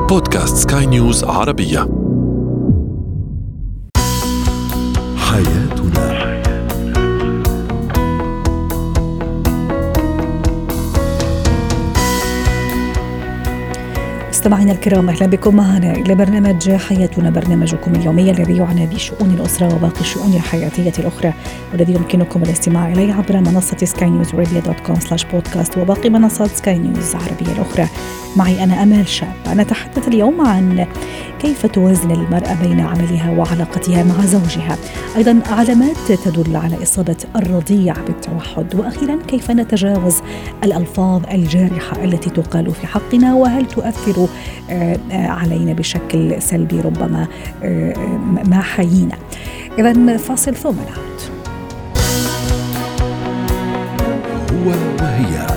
بودكاست سكاي نيوز عربية. حياتنا. مستمعينا الكرام، أهلا بكم معنا إلى برنامج حياتنا، برنامجكم اليومي الذي يعنى بشؤون الأسرة وباقي الشؤون الحياتية الأخرى، والذي يمكنكم الاستماع إليه عبر منصة skynewsarabia.com/podcast وباقي منصات سكاي نيوز عربية الأخرى. معي أنا أمال شاب. نتحدث اليوم عن كيف توازن المرأة بين عملها وعلاقتها مع زوجها، أيضا علامات تدل على إصابة الرضيع بالتوحد، وأخيرا كيف نتجاوز الألفاظ الجارحة التي تقال في حقنا، وهل تؤثر علينا بشكل سلبي ربما ما حيينا. إذن فاصل ثم نعود. هو وهي.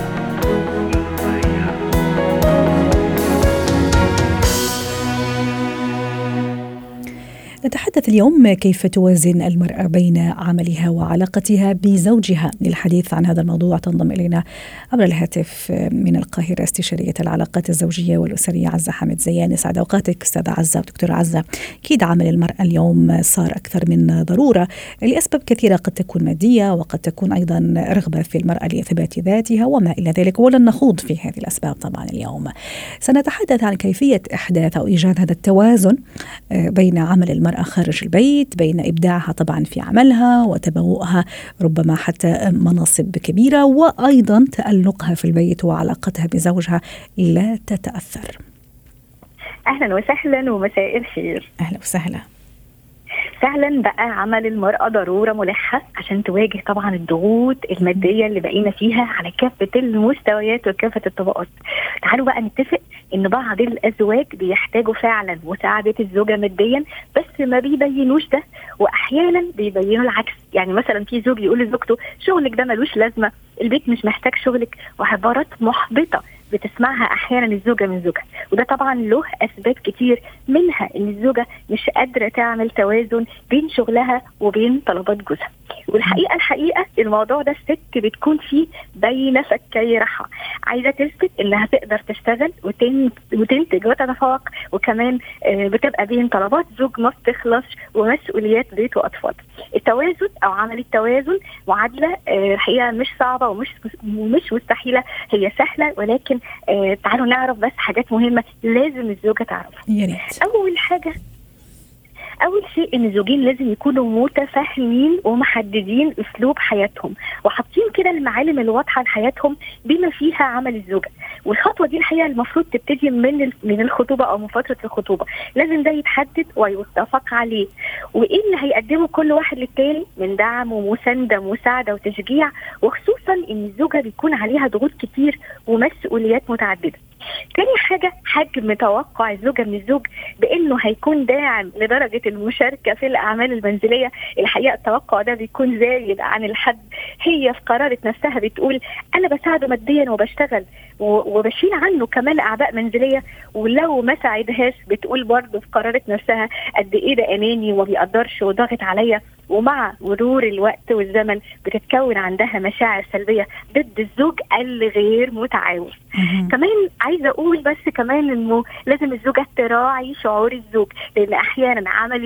نتحدث اليوم كيف توازن المرأة بين عملها وعلاقتها بزوجها. للحديث عن هذا الموضوع تنضم إلينا عبر الهاتف من القاهرة استشارية العلاقات الزوجية والأسرية عزة حامد زيان. يسعد أوقاتك أستاذة عزة. دكتورة عزة، أكيد عمل المرأة اليوم صار أكثر من ضرورة لأسباب كثيرة، قد تكون مادية وقد تكون أيضا رغبة في المرأة لإثبات ذاتها وما إلى ذلك، ولن نخوض في هذه الأسباب طبعا. اليوم سنتحدث عن كيفية إحداث أو إيجاد هذا التوازن بين عمل المرأة خارج البيت، بين إبداعها طبعا في عملها وتبوؤها ربما حتى مناصب كبيرة، وأيضا تألقها في البيت وعلاقتها بزوجها لا تتأثر. أهلا وسهلا ومساء الخير. أهلا وسهلا. فعلا بقى عمل المرأة ضرورة ملحة عشان تواجه طبعا الضغوط المادية اللي بقينا فيها على كافة المستويات وكافة الطبقات. تعالوا بقى نتفق ان بعض الازواج بيحتاجوا فعلا مساعدة الزوجة ماديا، بس ما بيبينوش ده، واحيانا بيبينوا العكس. يعني مثلا في زوج يقول لزوجته شغلك ده ملوش لازمة، البيت مش محتاج شغلك، وعبارات محبطة بتسمعها احيانا الزوجة من زوجها. وده طبعا له اسباب كتير، منها ان الزوجة مش قادرة تعمل توازن بين شغلها وبين طلبات جوزها. والحقيقة الموضوع ده الست بتكون فيه بين فكي رحى، عايزة تثبت انها تقدر تشتغل وتنتج وتتفوق، وكمان بتبقى بين طلبات زوج ما بتخلص ومسؤوليات بيت واطفال. التوازن او عمل التوازن معادلة الحقيقة مش صعبة ومش مستحيلة، هي سهلة، ولكن تعالوا نعرف بس حاجات مهمة لازم الزوجة تعرفها. أول شيء إن الزوجين لازم يكونوا متفاهمين ومحددين أسلوب حياتهم، وحاطين كده المعالم الواضحة لحياتهم بما فيها عمل الزوجة. والخطوة دي الحقيقة المفروض تبتدي من الخطوبة أو من فترة الخطوبة. لازم ده يتحدد ويتفق عليه، وإيه اللي هيقدمه كل واحد للتاني من دعم ومساندة ومساعدة وتشجيع، وخصوصا إن الزوجة بيكون عليها ضغوط كتير ومسؤوليات متعددة. تاني حاجة، حجم توقع الزوجة من الزوج بأنه هيكون داعم لدرجة المشاركة في الأعمال المنزلية. الحقيقة التوقع ده بيكون زايد عن الحد. هي في قرارة نفسها بتقول أنا بساعده ماديا وبشتغل وبشيل عنه كمان أعباء منزلية، ولو ما ساعدهاش بتقول برضه في قرارة نفسها قد إيه ده أناني وما بيقدرش وضاغط عليا. ومع مرور الوقت والزمن بتتكون عندها مشاعر سلبية ضد الزوج الغير متعاون. كمان عايزة أقول بس كمان إنه لازم الزوجة تراعي شعور الزوج، لأن أحيانا عمل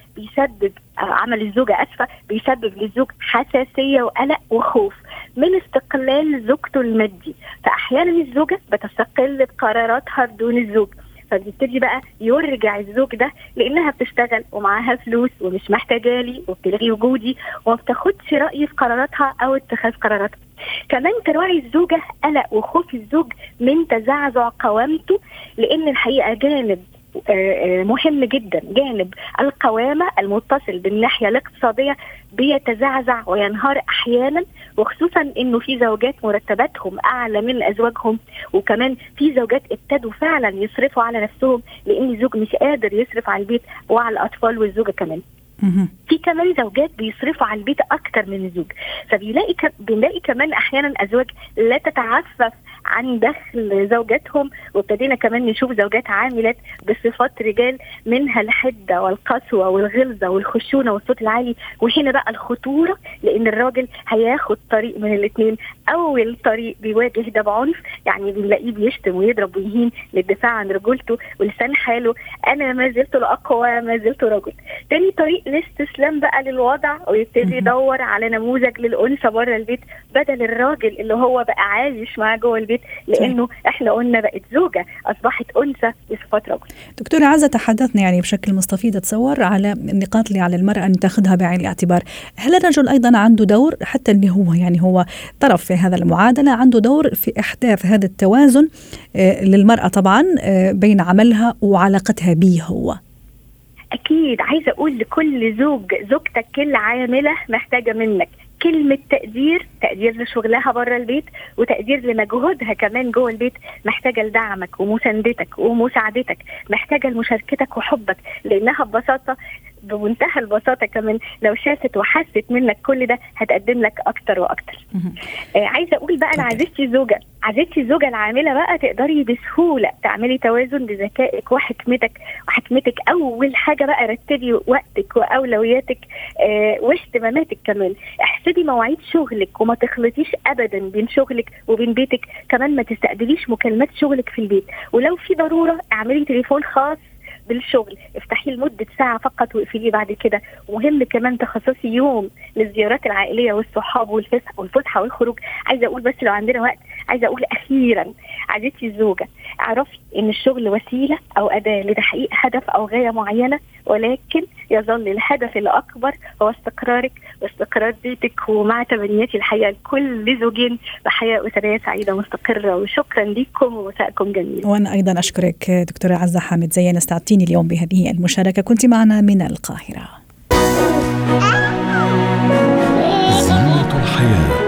الزوجة بيسبب للزوج حساسية وقلق وخوف من استقلال زوجته المادي. فأحيانا الزوجة بتستقل بقراراتها بدون الزوج، فبيبتدي بقى يرجع الزوج ده لانها بتشتغل ومعاها فلوس ومش محتاجه لي وبتلغي وجودي وما بتاخدش رايي في قراراتها او اتخاذ قراراتها. كمان تراعي الزوجه قلق وخوف الزوج من تزعزع قوامته، لان الحقيقه جانب مهم جدا، جانب القوامة المتصل بالناحية الاقتصادية بيتزعزع وينهار أحيانا، وخصوصا إنه في زوجات مرتباتهم أعلى من أزواجهم، وكمان في زوجات ابتدوا فعلا يصرفوا على نفسهم لأن الزوج مش قادر يصرف على البيت وعلى الأطفال والزوجة كمان. في كمان زوجات بيصرفوا على البيت أكتر من الزوج، فبنلاقي كمان أحيانا أزواج لا تتعفف عن دخل زوجاتهم، وابتدينا كمان نشوف زوجات عاملات بصفات رجال، منها الحدة والقسوة والغلظة والخشونة والصوت العالي. وهنا بقى الخطورة، لأن الراجل هياخد طريق من الاثنين. أول طريق بيواجه ده بعنف، يعني بنلاقيه بيشتم ويضرب ويهين للدفاع عن رجولته ولسان حاله، أنا ما زلت الأقوى، ما زلت رجل. تاني طريق الاستسلام بقى للوضع، ويبتدي يدور على نموذج للأنثى بره البيت بدل الراجل اللي هو بقى عايش معاه جوه البيت، لأنه احنا قلنا بقت زوجة، أصبحت أنثى بصفات رجل. دكتورة عزة، تحدثنا يعني بشكل مستفيض أتصور على النقاط اللي على المرأة أن تأخذها بعين الاعتبار. هل الرجل أيضا عنده دور، حتى اللي هو يعني هو طرف في هذا المعادلة، عنده دور في إحداث هذا التوازن للمرأة طبعا بين عملها وعلاقتها به هو؟ أكيد. عايزة أقول لكل زوجتك كل عاملة محتاجة منك كلمة تقدير لشغلها بره البيت، وتقدير لمجهودها كمان جوه البيت. محتاجة لدعمك ومساندتك ومساعدتك، محتاجة لمشاركتك وحبك، لأنها بمنتهى البساطة كمان لو شافت وحست منك كل ده هتقدم لك أكتر وأكتر. عايزة أقول بقى أنا عزيزتي الزوجة العاملة بقى تقدري بسهولة تعملي توازن بذكائك وحكمتك. أول حاجة بقى رتبي وقتك وأولوياتك واهتماماتك كمان. احسبي مواعيد شغلك وما تخلطيش أبدا بين شغلك وبين بيتك. كمان ما تستقبليش مكالمات شغلك في البيت، ولو في ضرورة اعملي تليفون خاص بالشغل، افتحيه لمدة ساعة فقط واقفليه بعد كده. ومهم كمان تخصصي يوم للزيارات العائلية والصحاب والفسحة والخروج. عايزة أقول بس لو عندنا وقت، عايزة أقول أخيرا عزيزتي الزوجة، اعرفي إن الشغل وسيلة أو أداة لتحقيق هدف أو غاية معينة، ولكن يظل الهدف الأكبر هو استقرارك واستقرار بيتك. ومع تمنياتي الحقيقة لكل زوجين بحياة أسرية سعيدة مستقرة، وشكرا لكم ومساءكم جميل. وأنا أيضا أشكرك دكتورة عزة حامد زين، استعدتيني اليوم بهذه المشاركة، كنت معنا من القاهرة. زينة الحياة.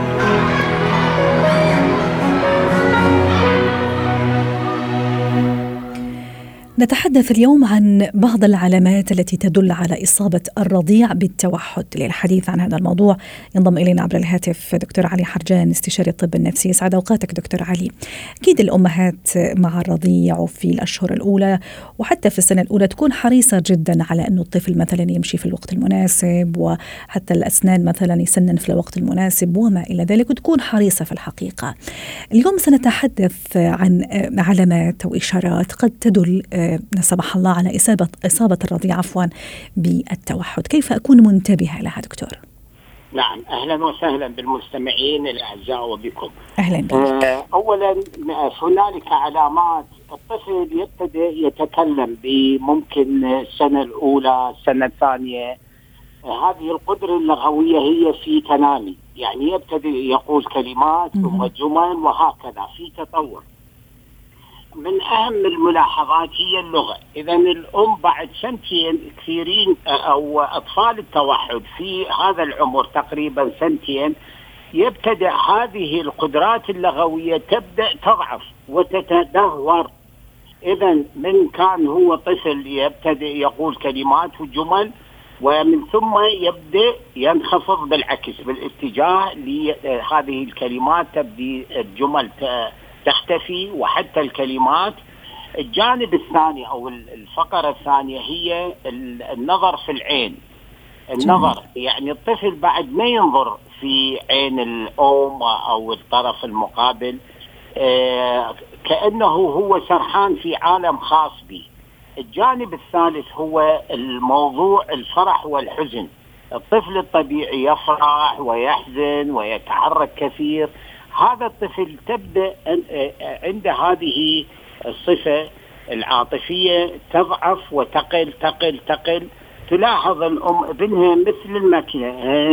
نتحدث اليوم عن بعض العلامات التي تدل على إصابة الرضيع بالتوحد. للحديث عن هذا الموضوع ينضم إلينا عبر الهاتف دكتور علي حرجان، استشاري الطب النفسي. يسعد أوقاتك دكتور علي. أكيد الأمهات مع الرضيع وفي الأشهر الأولى وحتى في السنة الأولى تكون حريصة جدا على أنه الطفل مثلا يمشي في الوقت المناسب، وحتى الأسنان مثلا يسنن في الوقت المناسب وما إلى ذلك، وتكون حريصة في الحقيقة. اليوم سنتحدث عن علامات أو إشارات قد تدل لا سمح الله على إصابة الرضيع بالتوحد. كيف أكون منتبهة لها دكتور؟ نعم، أهلا وسهلا بالمستمعين الأعزاء وبكم. أهلا بك. أولا هنالك علامات الطفل يبتدئ يتكلم بممكن السنة الأولى السنة الثانية. هذه القدرة اللغوية هي في تنامي، يعني يبتدئ يقول كلمات ثم جمل وهكذا في تطور. من أهم الملاحظات هي اللغة. إذا الأم بعد سنتين كثيرين أو أطفال التوحد في هذا العمر تقريبا سنتين يبتدأ هذه القدرات اللغوية تبدأ تضعف وتتدهور. إذا من كان هو طفل يبتدئ يقول كلمات وجمل، ومن ثم يبدأ ينخفض بالعكس بالاتجاه لهذه الكلمات، تبدي الجمل تختفي وحتى الكلمات. الجانب الثاني أو الفقرة الثانية هي النظر في العين. النظر يعني الطفل بعد ما ينظر في عين الأم أو الطرف المقابل كأنه هو سرحان في عالم خاص به. الجانب الثالث هو الموضوع الفرح والحزن. الطفل الطبيعي يفرح ويحزن ويتحرك كثير. هذا الطفل تبدأ عند هذه الصفة العاطفية تضعف وتقل تقل تقل. تلاحظ الأم ابنها مثل الماكينة،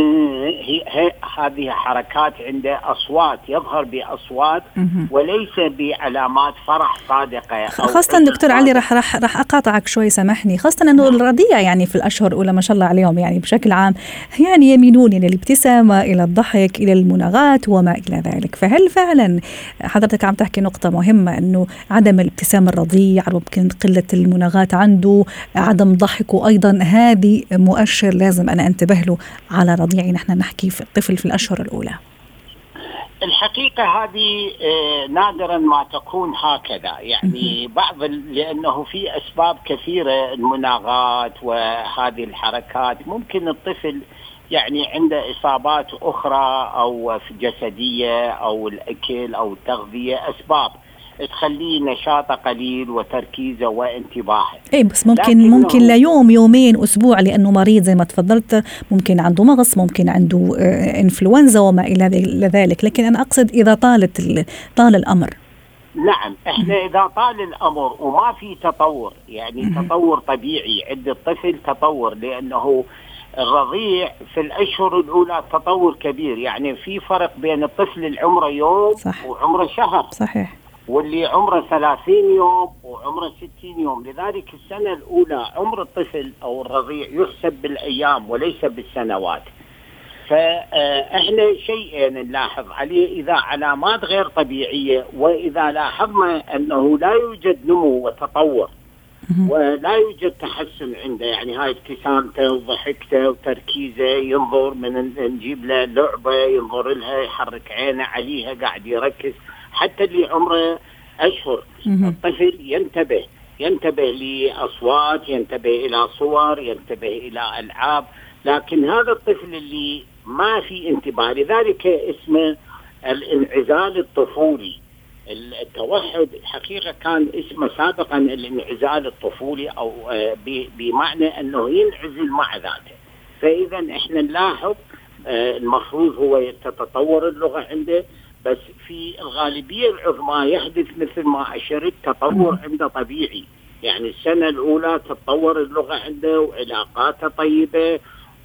هذه حركات عنده أصوات، يظهر بأصوات وليس بعلامات فرح صادقة. خاصة دكتور علي راح أقاطعك شوي سامحني، خاصة أنه الرضيع يعني في الأشهر الأولى ما شاء الله عليهم يعني بشكل عام يعني يميلون إلى الابتسامة، إلى الضحك، إلى المناغات وما إلى ذلك. فهل فعلا حضرتك عم تحكي نقطة مهمة أنه عدم الابتسام الرضيع ممكن قلة المناغات عنده، عدم ضحكه أيضا، هذه مؤشر لازم أنا أنتبه له على رضيعي؟ نحن نحكي في الطفل في الأشهر الأولى. الحقيقة هذه نادرا ما تكون هكذا، يعني لأنه في أسباب كثيرة، المناغات وهذه الحركات. ممكن الطفل يعني عنده إصابات أخرى أو في جسدية أو الأكل أو التغذية، أسباب تخليه نشاطه قليل وتركيزه وانتباهه. اي بس ممكن ليوم يومين اسبوع، لانه مريض زي ما تفضلت، ممكن عنده مغص، ممكن عنده انفلونزا وما الى ذلك. لكن انا اقصد اذا طال الامر. نعم، احنا اذا طال الامر وما في تطور، يعني تطور طبيعي عند الطفل، تطور، لانه الرضيع في الاشهر الاولى تطور كبير. يعني في فرق بين الطفل اللي عمره يوم وعمره شهر. صحيح. واللي عمره 30 يوم وعمره 60 يوم. لذلك السنة الأولى عمر الطفل أو الرضيع يحسب بالأيام وليس بالسنوات. فإحنا شيئين نلاحظ عليه: إذا علامات غير طبيعية، وإذا لاحظنا أنه لا يوجد نمو وتطور ولا يوجد تحسن عنده، يعني هاي ابتسامته وضحكته وتركيزه، ينظر نجيب له لعبة ينظر لها، يحرك عينه عليها، قاعد يركز. حتى اللي عمره أشهر الطفل ينتبه لأصوات، ينتبه إلى صور، ينتبه إلى ألعاب. لكن هذا الطفل اللي ما في انتباه، لذلك اسمه الانعزال الطفولي. التوحد الحقيقة كان اسمه سابقا الانعزال الطفولي، أو بمعنى أنه ينعزل مع ذاته. فإذا إحنا نلاحظ المفروض هو تتطور اللغة عنده، بس في الغالبية العظمى يحدث مثل ما أشرت تطور عنده طبيعي. يعني السنة الأولى تتطور اللغة عنده وعلاقاته طيبة،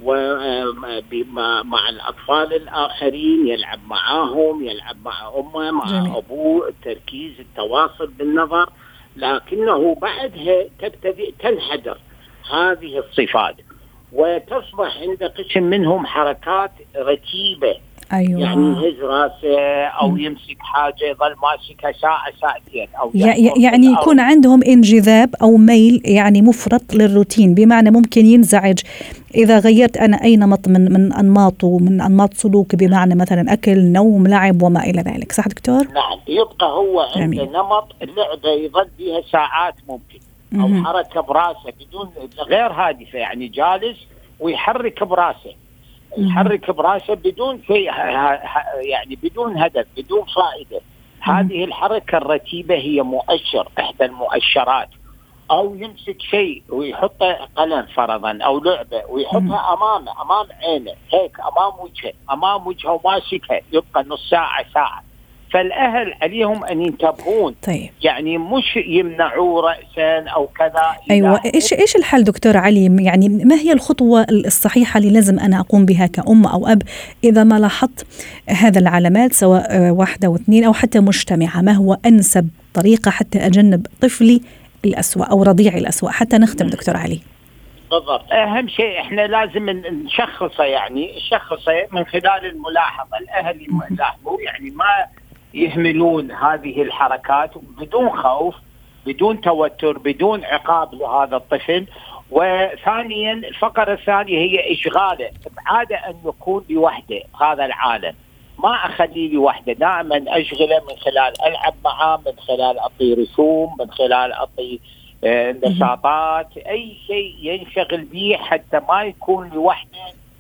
ومع الأطفال الآخرين يلعب معاهم، يلعب مع أمه، مع أبوه، التركيز، التواصل بالنظر. لكنه بعدها تبتدئ تنحدر هذه الصفات، وتصبح عند قسم منهم حركات رتيبة. أيوة. يعني يهز راسه أو يمسك حاجة يظل ماسكها ساعة ساعتين، أو يعني يكون عندهم انجذاب أو ميل يعني مفرط للروتين، بمعنى ممكن ينزعج إذا غيرت أنا أي نمط من أنماطه، من أنماط سلوك، بمعنى مثلا أكل، نوم، لعب وما إلى ذلك. صح دكتور؟ نعم، يبقى هو عنده نمط اللعبة يظل بها ساعات ممكن، أو حركة براسه بدون غير هادفة، يعني جالس ويحرك براسه، يحرك براسه بدون شيء، يعني بدون هدف، بدون فائدة. هذه الحركة الرتيبة هي مؤشر، إحدى المؤشرات. أو يمسك شيء ويحط قلم فرضا أو لعبة ويحطها أمام عينه، هيك أمام وجهه وماسكها، يبقى نص ساعة ساعة. فالأهل عليهم أن ينتبهون. طيب. يعني مش يمنعوا رأسا أو كذا. أيوة. إيش الحل دكتور علي؟ يعني ما هي الخطوة الصحيحة اللي لازم أنا أقوم بها كأم أو أب إذا ما لاحظت هذا العلامات، سواء واحدة واثنين أو حتى مجتمعة؟ ما هو أنسب طريقة حتى أجنب طفلي الأسوأ أو رضيعي الأسوأ؟ حتى نختم دكتور علي. بالضبط. أهم شيء إحنا لازم نشخصه، يعني نشخصه من خلال الملاحظة. الأهل يلاحظوا، يعني ما يهملون هذه الحركات بدون خوف، بدون توتر، بدون عقاب لهذا الطفل. وثانيا الفقرة الثانية هي إشغاله، بعادة أن يكون لوحده هذا العالم، ما أخليه لوحده، دائما أشغله من خلال ألعب معه، من خلال أعطي رسوم، من خلال أعطي نشاطات، أي شيء ينشغل به حتى ما يكون لوحده،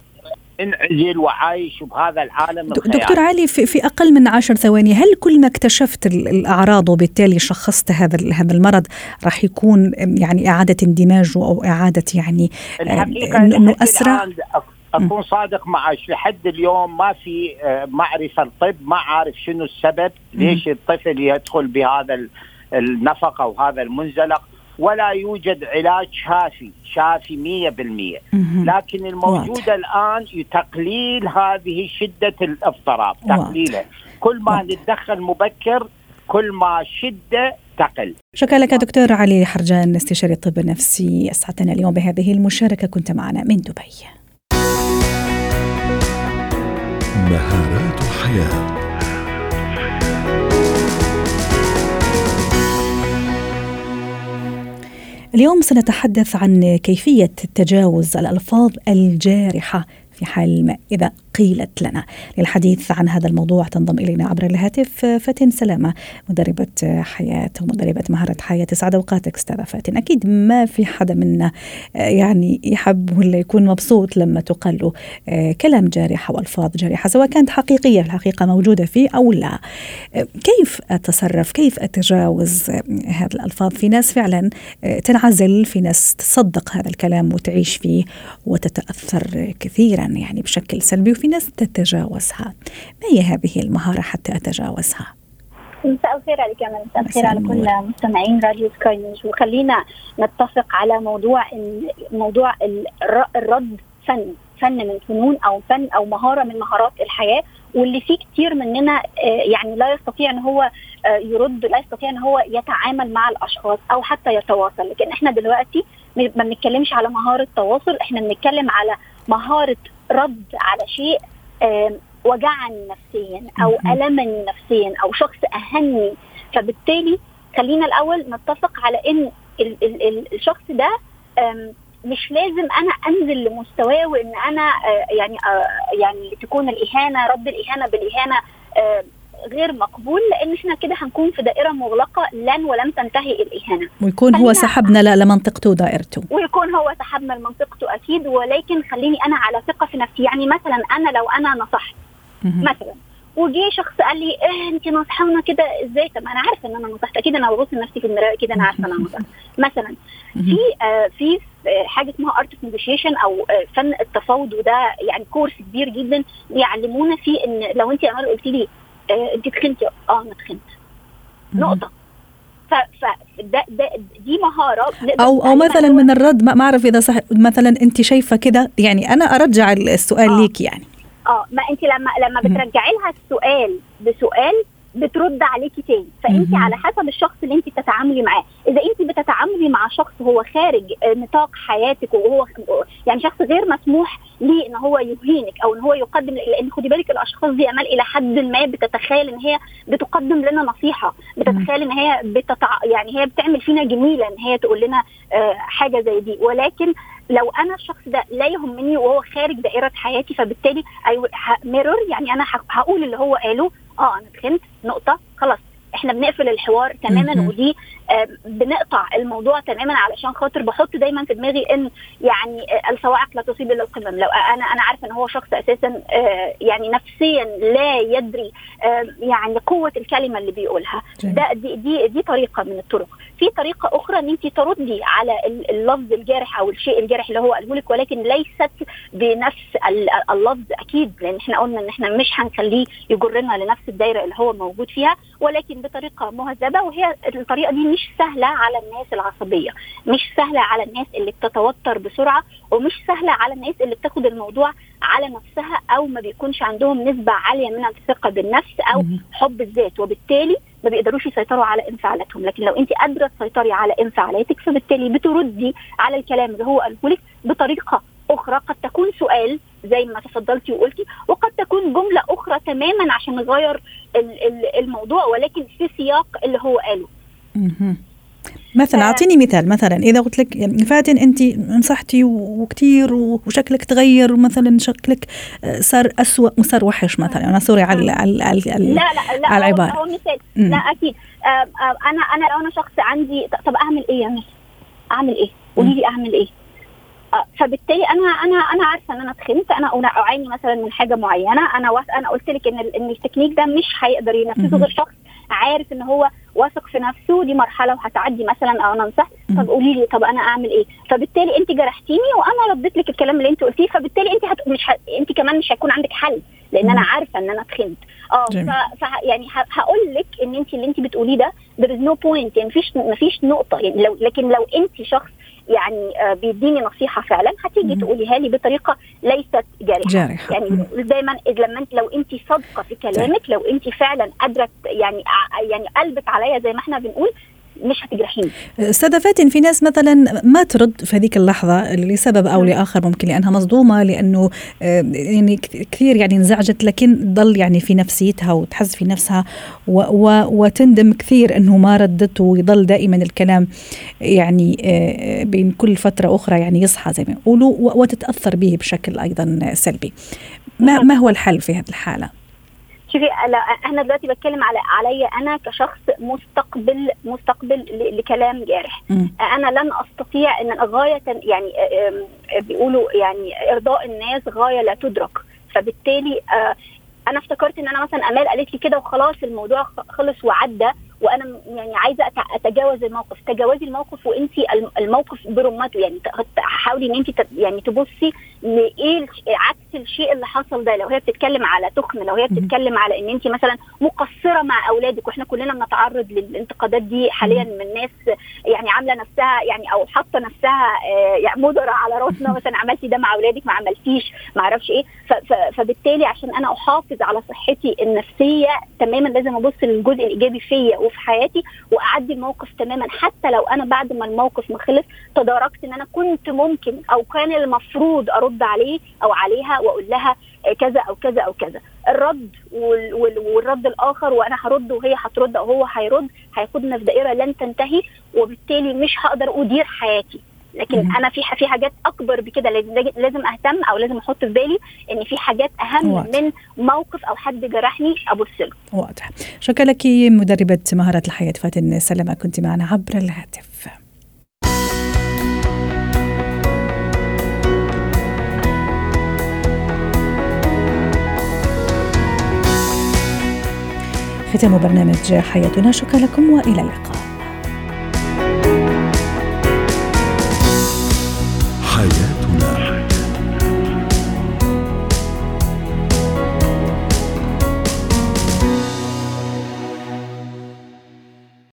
انعزل وعايش بهذا العالم الخيالي. دكتور علي، في أقل من 10 ثواني، هل كل ما اكتشفت الأعراض وبالتالي شخصت هذا المرض راح يكون يعني إعادة اندماجه أو إعادة يعني إنه أسرع؟ أكون صادق معك، لحد اليوم ما في معرفة الطب، ما عارف شنو السبب ليش الطفل يدخل بهذا النفق أو هذا المنزلق، ولا يوجد علاج شافي 100%. لكن الموجود الآن تقليل هذه شدة الاضطراب، تقليله. كل ما نتدخل مبكر كل ما شدة تقل. شكرا لك دكتور علي حرجان، استشاري الطب النفسي، أسعدتنا اليوم بهذه المشاركة، كنت معنا من دبي. مهارات الحياة. اليوم سنتحدث عن كيفية تجاوز الألفاظ الجارحة في حال ما إذا قيلت لنا. للحديث عن هذا الموضوع تنضم إلينا عبر الهاتف فاتن سلامة، مدربة حياة ومدربة مهارة حياة. سعد أوقاتك أستاذة فاتن. أكيد ما في حدا منا يعني يحب ولا يكون مبسوط لما تقال له كلام جارح أو ألفاظ جارحة، سواء كانت حقيقية في الحقيقة موجودة فيه أو لا. كيف أتصرف؟ كيف أتجاوز هذه الألفاظ؟ في ناس فعلا تنعزل، في ناس تصدق هذا الكلام وتعيش فيه وتتأثر كثيرا يعني بشكل سلبي، وفي ناس تتجاوزها. ما هي هذه المهارة حتى أتجاوزها؟ مساء الخير عليك يا مساء الخير على كل مستمعين راديو سكاي نيوز. وخلينا نتفق على موضوع الرد فن من فنون أو فن أو مهارة من مهارات الحياة، واللي فيه كتير مننا يعني لا يستطيع ان هو يرد، لا يستطيع ان هو يتعامل مع الاشخاص او حتى يتواصل. لكن احنا دلوقتي ما بنتكلمش على مهارة تواصل، احنا بنتكلم على مهارة رد على شيء وجعني نفسيا او ألمني نفسيا او شخص اهني. فبالتالي خلينا الاول نتفق على ان الشخص ده مش لازم انا انزل لمستواه وان انا يعني تكون الاهانه، رد الاهانه بالاهانه غير مقبول، لان احنا كده هنكون في دائره مغلقه ولن تنتهي الاهانه، ويكون هو سحبنا لمنطقته دائرته، ويكون هو سحبنا لمنطقته اكيد. ولكن خليني انا على ثقه في نفسي. يعني مثلا انا لو انا نصحت مثلا وجي شخص قال لي انت نصحانه كده ازاي؟ طب انا عارفه ان انا نصحت، اكيد انا ببص لنفسي في المرايه كده انا عارفه ان انا نصحت. مثلا في حاجه اسمها ارت اوف نيجوشيشن او فن التفاوض، وده يعني كورس كبير جدا بيعلمونا فيه ان لو انت عمال قلت لي انت تخنتي، انا تخنت نقطه. دي مهاره. او مثلا من الرد ما اعرف اذا صح، مثلا انت شايفه كده، يعني انا ارجع السؤال ليك يعني ما انت لما بترجعي لها السؤال بسؤال بترد عليكي تاني. فانت على حسب الشخص اللي انت بتتعاملي معاه. اذا انت بتتعاملي مع شخص هو خارج نطاق حياتك وهو يعني شخص غير مسموح ليه ان هو يهينك او ان هو يقدم، لان خدي بالك الاشخاص دي امال الى حد ما بتتخيل ان هي بتقدم لنا نصيحه، بتتخيل ان هي يعني هي بتعمل فينا جميله ان هي تقول لنا حاجه زي دي. ولكن لو انا الشخص ده لا يهمني وهو خارج دائره حياتي، فبالتالي ميرور، يعني انا هقول اللي هو قاله انا تخنت نقطه، خلاص احنا بنقفل الحوار تماما. ودي بنقطع الموضوع تماما، علشان خاطر بحط دايما في دماغي ان يعني الصواعق لا تصيب الا القمم. لو انا عارفه ان هو شخص اساسا يعني نفسيا لا يدري يعني قوه الكلمه اللي بيقولها، ده دي طريقه من الطرق. في طريقه اخرى ان انت تردي على اللفظ الجارح او الشيء الجارح اللي هو قاله لك، ولكن ليست بنفس اللفظ اكيد، لان احنا قلنا ان احنا مش هنخليه يجرنا لنفس الدايره اللي هو موجود فيها، ولكن بطريقه مهذبه. وهي الطريقه دي مش سهله على الناس العصبيه، مش سهله على الناس اللي بتتوتر بسرعه، ومش سهله على الناس اللي بتاخد الموضوع على نفسها او ما بيكونش عندهم نسبه عاليه من الثقه بالنفس او حب الذات، وبالتالي ما بيقدروش يسيطروا على انفعالاتهم. لكن لو انت قادره تسيطري على انفعالاتك، فبالتالي بتردي على الكلام اللي هو قاله لك بطريقه اخرى، قد تكون سؤال زي ما تفضلتي وقلتي، وقد تكون جمله اخرى تماما عشان نغير الموضوع، ولكن في سياق اللي هو قاله. مثلا اعطيني مثال. مثلا اذا قلت لك فاتن انت نصحتي وكتير وشكلك تغير، ومثلا شكلك صار أسوأ وصار وحش مثلا، انا سوري على لا العباره. هو مثال. لا اكيد. انا لو انا شخص عندي، طب اعمل ايه يا مس؟ اعمل ايه؟ قولي لي اعمل ايه؟ فبالتالي انا عارفه ان انا تخنت، انا اعاني مثلا من حاجه معينه، انا قلت لك ان التكنيك ده مش هيقدر ينفذه غير شخص عارف ان هو واثق في نفسه، دي مرحله وهتعدي مثلا، او انا نصحت. طب قولي لي، طب انا اعمل ايه؟ فبالتالي انت جرحتيني وانا رديت لك الكلام اللي انت قلتيه، فبالتالي انت انت كمان مش هيكون عندك حل، لان انا عارفه ان انا تخنت. يعني هقول لك ان انت اللي انت بتقوليه ده there is no point، يعني مفيش نقطه. يعني لكن لو انت شخص يعني بيديني نصيحه فعلا، هتيجي تقوليها لي بطريقه ليست جارحه. يعني دايما لو انت صادقه في كلامك، لو انت فعلا قادره يعني قلبك عليا زي ما احنا بنقول، مش هتجرحيني. أستاذة فاتن، في ناس مثلا ما ترد في هذيك اللحظة لسبب أو لآخر، ممكن لأنها مصدومة، لأنه يعني كثير يعني انزعجت، لكن ضل يعني في نفسيتها وتحس في نفسها وتندم كثير أنه ما ردت، ويضل دائما الكلام يعني بين كل فترة أخرى يعني يصحى زي ما يقولوا، وتتأثر به بشكل أيضا سلبي. ما هو الحل في هذه الحالة؟ شوفي، أنا دلوقتي بتكلم عليا أنا كشخص مستقبل لكلام جارح. أنا لن أستطيع أن غاية يعني بيقولوا يعني إرضاء الناس غاية لا تدرك. فبالتالي أنا افتكرت أن أنا مثلا أمال قالت لي كده وخلاص الموضوع خلص وعدى، وانا يعني عايزه اتجاوز الموقف. تجاوزي الموقف وانتي الموقف برمته، يعني حاولي ان انتي يعني تبصي لايه عكس الشيء اللي حصل ده. لو هي بتتكلم على تخن، لو هي بتتكلم على ان انتي مثلا مقصره مع اولادك، واحنا كلنا بنتعرض للانتقادات دي حاليا من ناس يعني عامله نفسها يعني او حاطه نفسها يعني مدرة على راسنا، مثلا عملتي ده مع اولادك ما عملتيش ما اعرفش ايه. فبالتالي عشان انا احافظ على صحتي النفسيه تماما لازم ابص للجزء الايجابي فيا وفي حياتي واعدي الموقف تماما. حتى لو انا بعد ما الموقف ما خلص تداركت ان انا كنت ممكن او كان المفروض ارد عليه او عليها واقول لها كذا او كذا او كذا. الرد والرد الاخر، وانا هرد وهي هترد او هو هيرد، هياخدنا في دائره لن تنتهي، وبالتالي مش هقدر ادير حياتي. لكن انا في حاجات اكبر بكده لازم اهتم او لازم احط في بالي ان في حاجات اهم واضح. من موقف او حد جرحني ابص له. واضح. شكرا لك مدربة مهارات الحياة فاتن سلامة، كنت معنا عبر الهاتف. ختام برنامج حياتنا، شكرا لكم وإلى اللقاء.